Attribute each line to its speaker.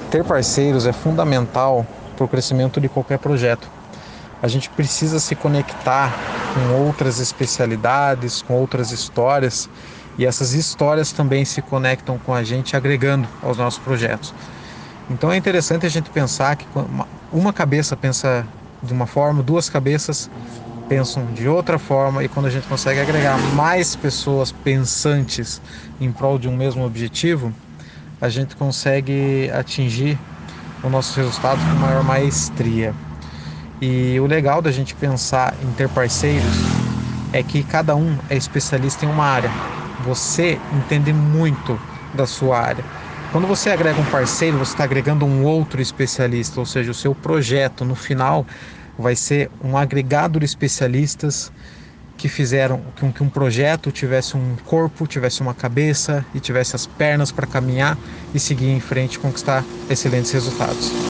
Speaker 1: Ter parceiros é fundamental para o crescimento de qualquer projeto. A gente precisa se conectar com outras especialidades, com outras histórias, e essas histórias também se conectam com a gente, agregando aos nossos projetos. Então é interessante a gente pensar que uma cabeça pensa de uma forma, duas cabeças pensam de outra forma, e quando a gente consegue agregar mais pessoas pensantes em prol de um mesmo objetivo, a gente consegue atingir os nossos resultados com maior maestria. E o legal da gente pensar em ter parceiros é que cada um é especialista em uma área. Você entende muito da sua área. Quando você agrega um parceiro, você está agregando um outro especialista, ou seja, o seu projeto no final vai ser um agregado de especialistas que fizeram com que um projeto tivesse um corpo, tivesse uma cabeça e tivesse as pernas para caminhar e seguir em frente e conquistar excelentes resultados.